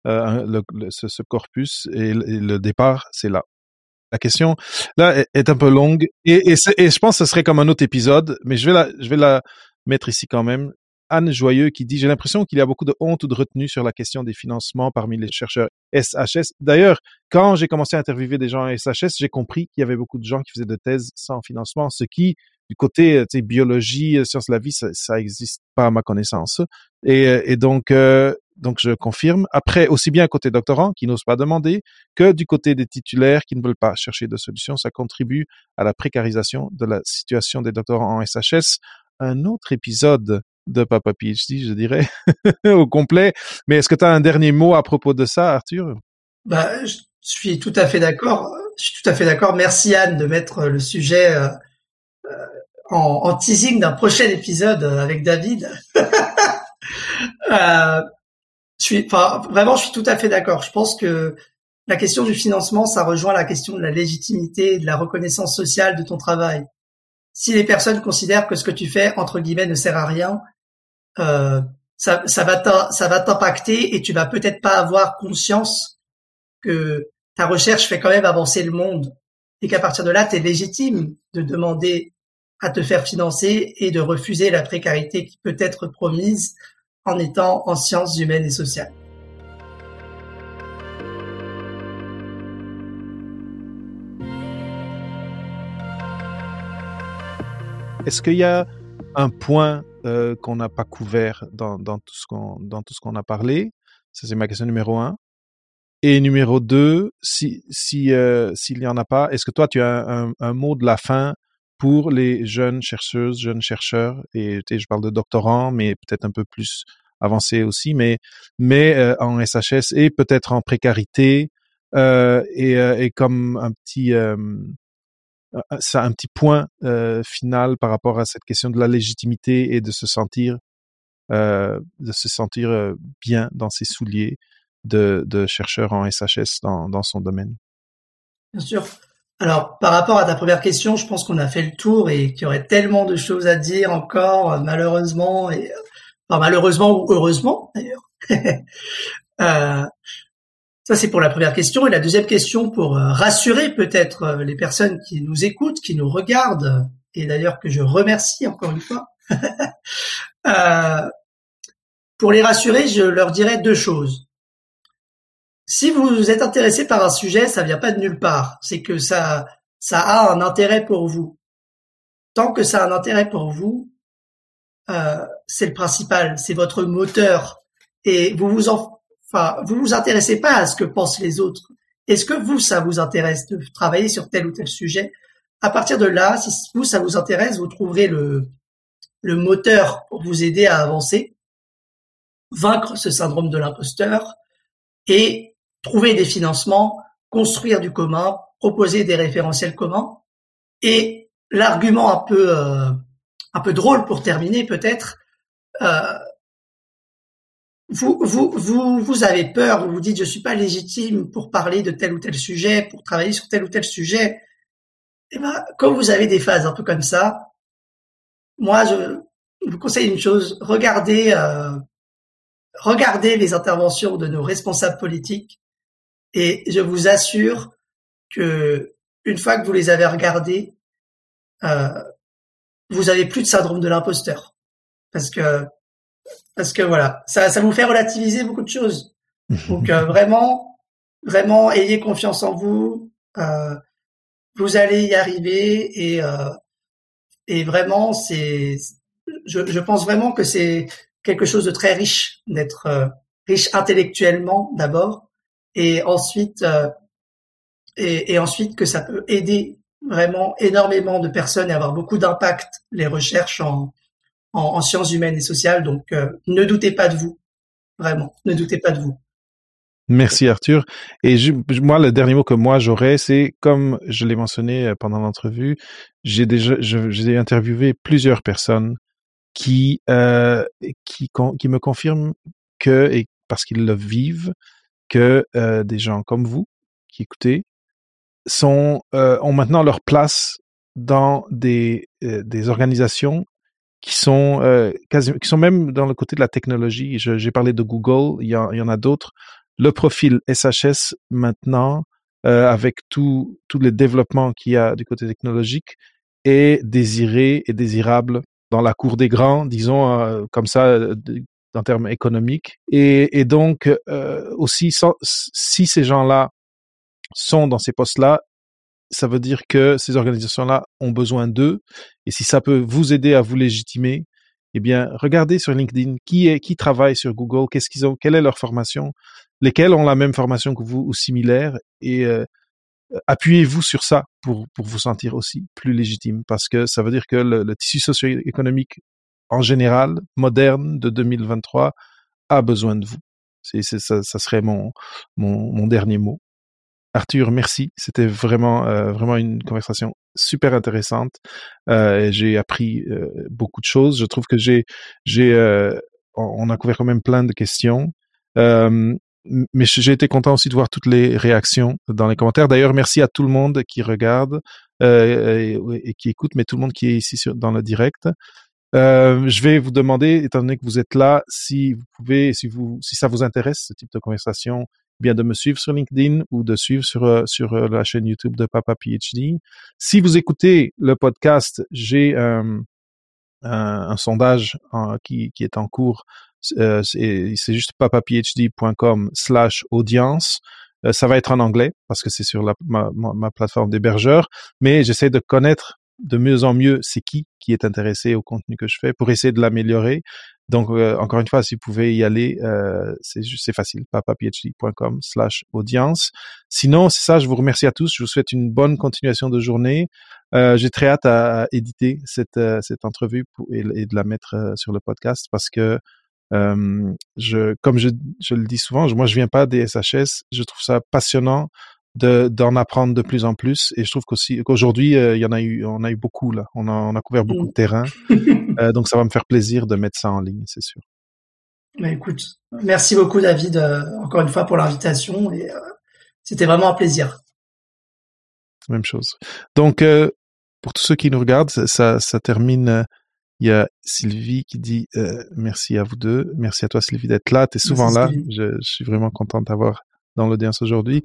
ce corpus et le départ, c'est là. La question là est un peu longue et je pense que ce serait comme un autre épisode, mais je vais la mettre ici quand même. Anne Joyeux qui dit: j'ai l'impression qu'il y a beaucoup de honte ou de retenue sur la question des financements parmi les chercheurs SHS. D'ailleurs, quand j'ai commencé à interviewer des gens à SHS, j'ai compris qu'il y avait beaucoup de gens qui faisaient des thèses sans financement, ce qui, du côté biologie, sciences de la vie, ça existe pas à ma connaissance. Et donc je confirme. Après, aussi bien côté doctorants qui n'osent pas demander que du côté des titulaires qui ne veulent pas chercher de solutions, ça contribue à la précarisation de la situation des doctorants en SHS. Un autre épisode de Papa PhD, je dirais, au complet. Mais est-ce que tu as un dernier mot à propos de ça, Arthur? Je suis tout à fait d'accord. Merci Anne de mettre le sujet en teasing d'un prochain épisode avec David. Je suis tout à fait d'accord. Je pense que la question du financement, ça rejoint la question de la légitimité et de la reconnaissance sociale de ton travail. Si les personnes considèrent que ce que tu fais, entre guillemets, ne sert à rien, ça va t'impacter et tu vas peut-être pas avoir conscience que ta recherche fait quand même avancer le monde et qu'à partir de là, tu es légitime de demander à te faire financer et de refuser la précarité qui peut être promise en étant en sciences humaines et sociales. Est-ce qu'il y a un point qu'on n'a pas couvert dans tout ce qu'on a parlé? Ça, c'est ma question numéro 1. Et numéro 2, s'il y en a pas, est-ce que toi, tu as un mot de la fin pour les jeunes chercheuses, jeunes chercheurs, et je parle de doctorants, mais peut-être un peu plus avancés aussi, mais en SHS et peut-être en précarité, et comme un petit point final par rapport à cette question de la légitimité et de se sentir bien dans ses souliers de chercheur en SHS dans son domaine. Bien sûr. Alors, par rapport à ta première question, je pense qu'on a fait le tour et qu'il y aurait tellement de choses à dire encore, malheureusement, enfin, malheureusement ou heureusement, d'ailleurs. Ça, c'est pour la première question. Et la deuxième question, pour rassurer peut-être les personnes qui nous écoutent, qui nous regardent, et d'ailleurs que je remercie encore une fois. Pour les rassurer, je leur dirais 2 choses. Si vous êtes intéressé par un sujet, ça vient pas de nulle part. C'est que ça a un intérêt pour vous. Tant que ça a un intérêt pour vous, c'est le principal, c'est votre moteur. Et vous vous intéressez pas à ce que pensent les autres. Est-ce que vous, ça vous intéresse de travailler sur tel ou tel sujet? À partir de là, si vous, ça vous intéresse, vous trouverez le moteur pour vous aider à avancer, vaincre ce syndrome de l'imposteur et trouver des financements, construire du commun, proposer des référentiels communs. Et l'argument un peu drôle pour terminer peut-être, vous avez peur, vous vous dites je suis pas légitime pour parler de tel ou tel sujet, pour travailler sur tel ou tel sujet. Et ben, quand vous avez des phases un peu comme ça, moi je vous conseille une chose, regardez les interventions de nos responsables politiques et je vous assure que une fois que vous les avez regardées, vous avez plus de syndrome de l'imposteur parce que voilà, ça vous fait relativiser beaucoup de choses. Donc vraiment ayez confiance en vous, vous allez y arriver et vraiment je pense vraiment que c'est quelque chose de très riche d'être riche intellectuellement d'abord et ensuite ensuite que ça peut aider vraiment énormément de personnes et avoir beaucoup d'impact les recherches en sciences humaines et sociales. Donc ne doutez pas de vous, vraiment, ne doutez pas de vous. Merci Arthur. Et moi, le dernier mot que moi j'aurais, c'est comme je l'ai mentionné pendant l'entrevue, j'ai interviewé plusieurs personnes qui me confirment que, et parce qu'ils le vivent, que des gens comme vous qui écoutez ont maintenant leur place dans des organisations qui sont qui sont même dans le côté de la technologie. J'ai parlé de Google, il y en a d'autres. Le profil SHS maintenant, avec tous les développements qu'il y a du côté technologique, est désiré et désirable dans la cour des grands, disons comme ça, en termes économiques. Et donc aussi, si ces gens-là sont dans ces postes-là, ça veut dire que ces organisations-là ont besoin d'eux. Et si ça peut vous aider à vous légitimer, eh bien, regardez sur LinkedIn qui travaille sur Google, qu'est-ce qu'ils ont, quelle est leur formation, lesquels ont la même formation que vous ou similaire, et appuyez-vous sur ça pour vous sentir aussi plus légitime, parce que ça veut dire que le tissu socio-économique en général, moderne, de 2023, a besoin de vous. Ça serait mon dernier mot. Arthur, merci. C'était vraiment une conversation super intéressante. J'ai appris beaucoup de choses. Je trouve que on a couvert quand même plein de questions. Mais j'ai été content aussi de voir toutes les réactions dans les commentaires. D'ailleurs, merci à tout le monde qui regarde et qui écoute, mais tout le monde qui est ici dans le direct. Je vais vous demander, étant donné que vous êtes là, si vous pouvez, si ça vous intéresse, ce type de conversation, bien de me suivre sur LinkedIn ou de suivre sur la chaîne YouTube de Papa PhD. Si vous écoutez le podcast, j'ai un sondage qui est en cours. C'est juste papaphd.com/audience. Ça va être en anglais parce que c'est sur ma plateforme d'hébergeur, mais j'essaie de connaître de mieux en mieux c'est qui est intéressé au contenu que je fais pour essayer de l'améliorer. Donc, encore une fois, si vous pouvez y aller, c'est facile, papaphd.com/audience. Sinon, c'est ça, je vous remercie à tous. Je vous souhaite une bonne continuation de journée. J'ai très hâte à éditer cette entrevue et de la mettre sur le podcast parce que, comme je le dis souvent, moi, je viens pas des SHS. Je trouve ça passionnant d'en apprendre de plus en plus. Et je trouve qu'aujourd'hui, on a eu beaucoup, là. On a couvert beaucoup de terrain. Donc, ça va me faire plaisir de mettre ça en ligne, c'est sûr. Mais écoute, merci beaucoup, David, encore une fois pour l'invitation. Et c'était vraiment un plaisir. Même chose. Donc, pour tous ceux qui nous regardent, ça termine. Il y a Sylvie qui dit merci à vous deux. Merci à toi, Sylvie, d'être là. Tu es souvent là. Je suis vraiment content de t'avoir dans l'audience aujourd'hui.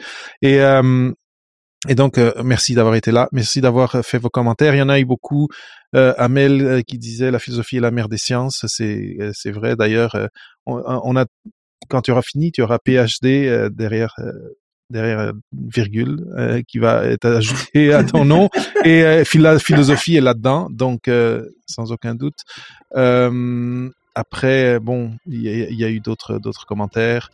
Et donc, merci d'avoir été là. Merci d'avoir fait vos commentaires. Il y en a eu beaucoup. Amel qui disait la philosophie est la mère des sciences. C'est vrai. D'ailleurs, quand tu auras fini, tu auras PhD derrière une virgule qui va être ajoutée à ton nom. Et la philosophie est là-dedans. Donc, sans aucun doute. Après, bon, il y a eu d'autres commentaires.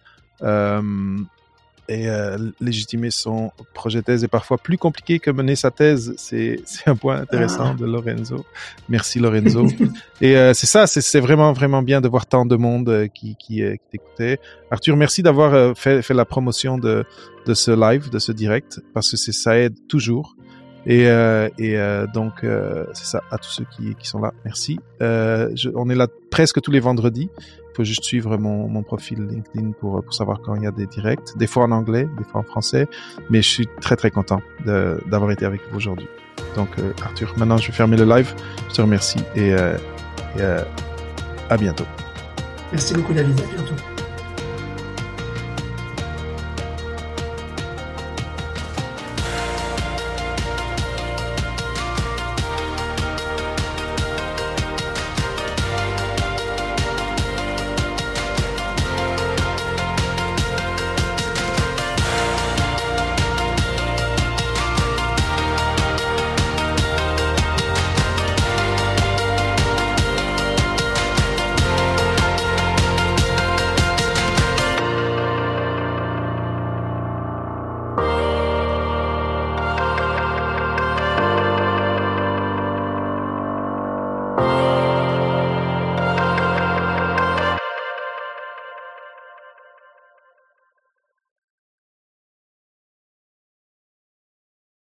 Et légitimer son projet de thèse est parfois plus compliqué que mener sa thèse. C'est un point intéressant de Lorenzo. Merci Lorenzo. Et c'est ça, c'est vraiment vraiment bien de voir tant de monde qui t'écoutait. Arthur, merci d'avoir fait la promotion de ce live, de ce direct, parce que ça aide toujours. Et donc c'est ça, à tous ceux qui sont là, merci. On est là presque tous les vendredis. Il faut juste suivre mon profil LinkedIn pour savoir quand il y a des directs, des fois en anglais, des fois en français, mais je suis très très content d'avoir été avec vous aujourd'hui. Donc Arthur, maintenant je vais fermer le live. Je te remercie et à bientôt. Merci beaucoup David, à bientôt.